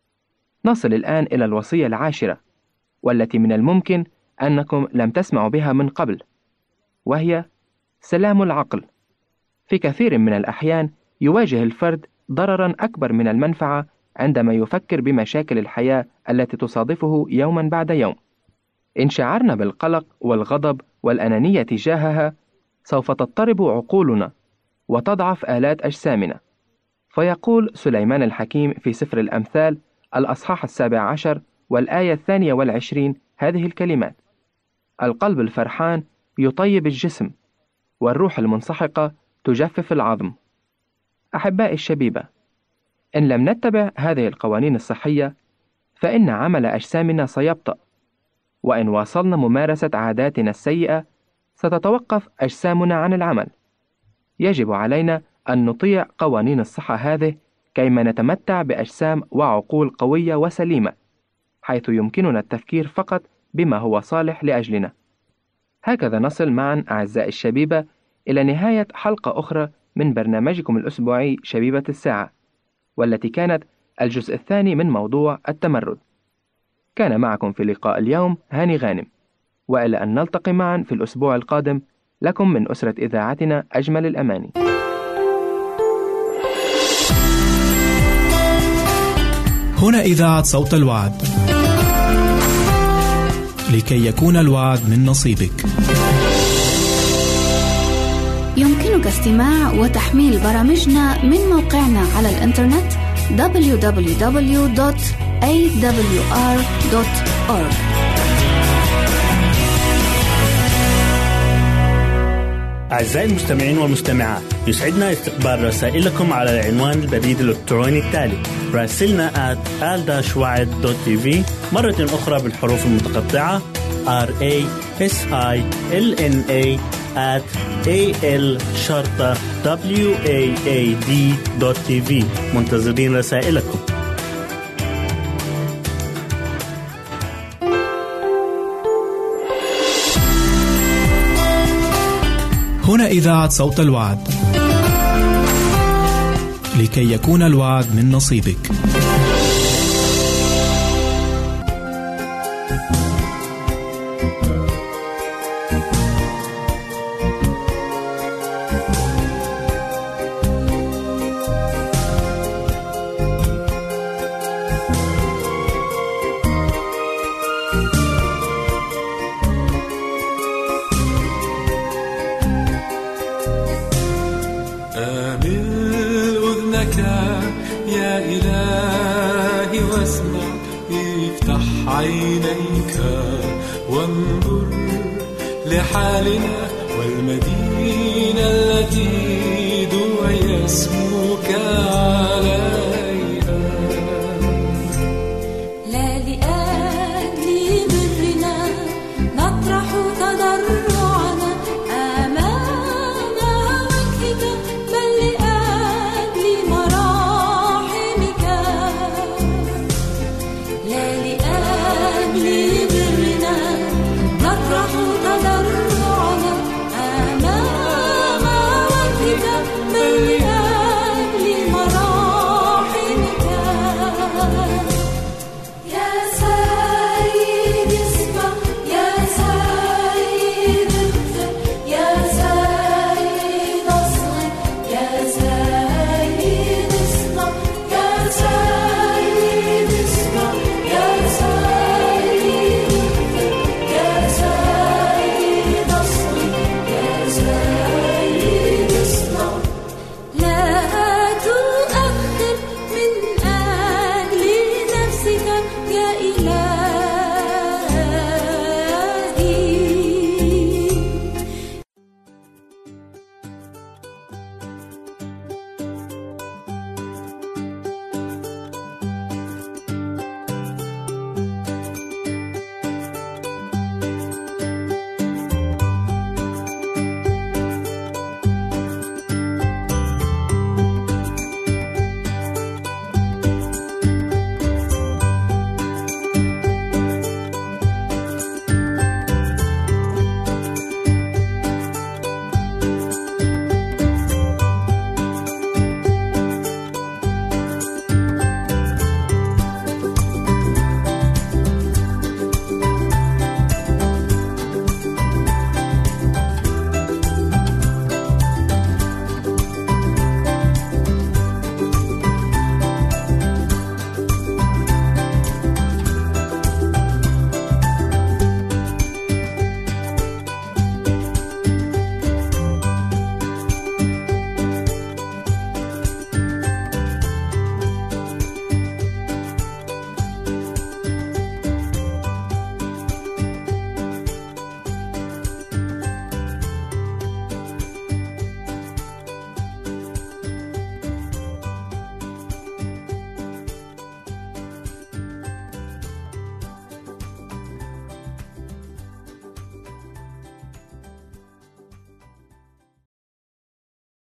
نصل الآن إلى الوصية العاشرة، والتي من الممكن أنكم لم تسمعوا بها من قبل، وهي سلام العقل. في كثير من الأحيان يواجه الفرد ضررا أكبر من المنفعة عندما يفكر بمشاكل الحياة التي تصادفه يوما بعد يوم. إن شعرنا بالقلق والغضب والأنانية تجاهها، سوف تضطرب عقولنا وتضعف آلات أجسامنا. فيقول سليمان الحكيم في سفر الأمثال الأصحاح السابع عشر والآية الثانية والعشرين هذه الكلمات: القلب الفرحان يطيب الجسم، والروح المنسحقة تجفف العظم. أحبائي الشبيبة، إن لم نتبع هذه القوانين الصحية فإن عمل أجسامنا سيبطأ، وإن واصلنا ممارسة عاداتنا السيئة ستتوقف أجسامنا عن العمل. يجب علينا أن نطيع قوانين الصحة هذه كيما نتمتع بأجسام وعقول قوية وسليمة، حيث يمكننا التفكير فقط بما هو صالح لأجلنا. هكذا نصل معا أعزائي الشبيبة إلى نهاية حلقة أخرى من برنامجكم الأسبوعي شبيبة الساعة، والتي كانت الجزء الثاني من موضوع التمرد. كان معكم في لقاء اليوم هاني غانم، وإلى أن نلتقي معا في الأسبوع القادم، لكم من أسرة إذاعتنا أجمل الأماني. هنا إذاعة صوت الوعد، لكي يكون الوعد من نصيبك. يمكنك استماع وتحميل برامجنا من موقعنا على الإنترنت دبليو دبليو دبليو دوت إيه دبليو آر دوت أورج. أعزائي المستمعين والمستمعات، يسعدنا استقبال رسائلكم على العنوان البريد الإلكتروني التالي: راسلنا آت آل داش وعد دوت تي في، مرة أخرى بالحروف المتقطعة R A S I L N A at A L شرطة W A A D دوت تي في. منتظرين رسائلكم. هنا إذاعة صوت الوعد. لكي يكون الوعد من نصيبك. يا إلهي واسمع، افتح عينيك وانظر لحالنا والمدينة التي دعي اسمك عليها. لا لأجل برنا نطرح تضرعنا أمام وجهك، بل لأجل مراحمك. لا لأجل برنا نطرح تضرعنا أمام وجهك، بل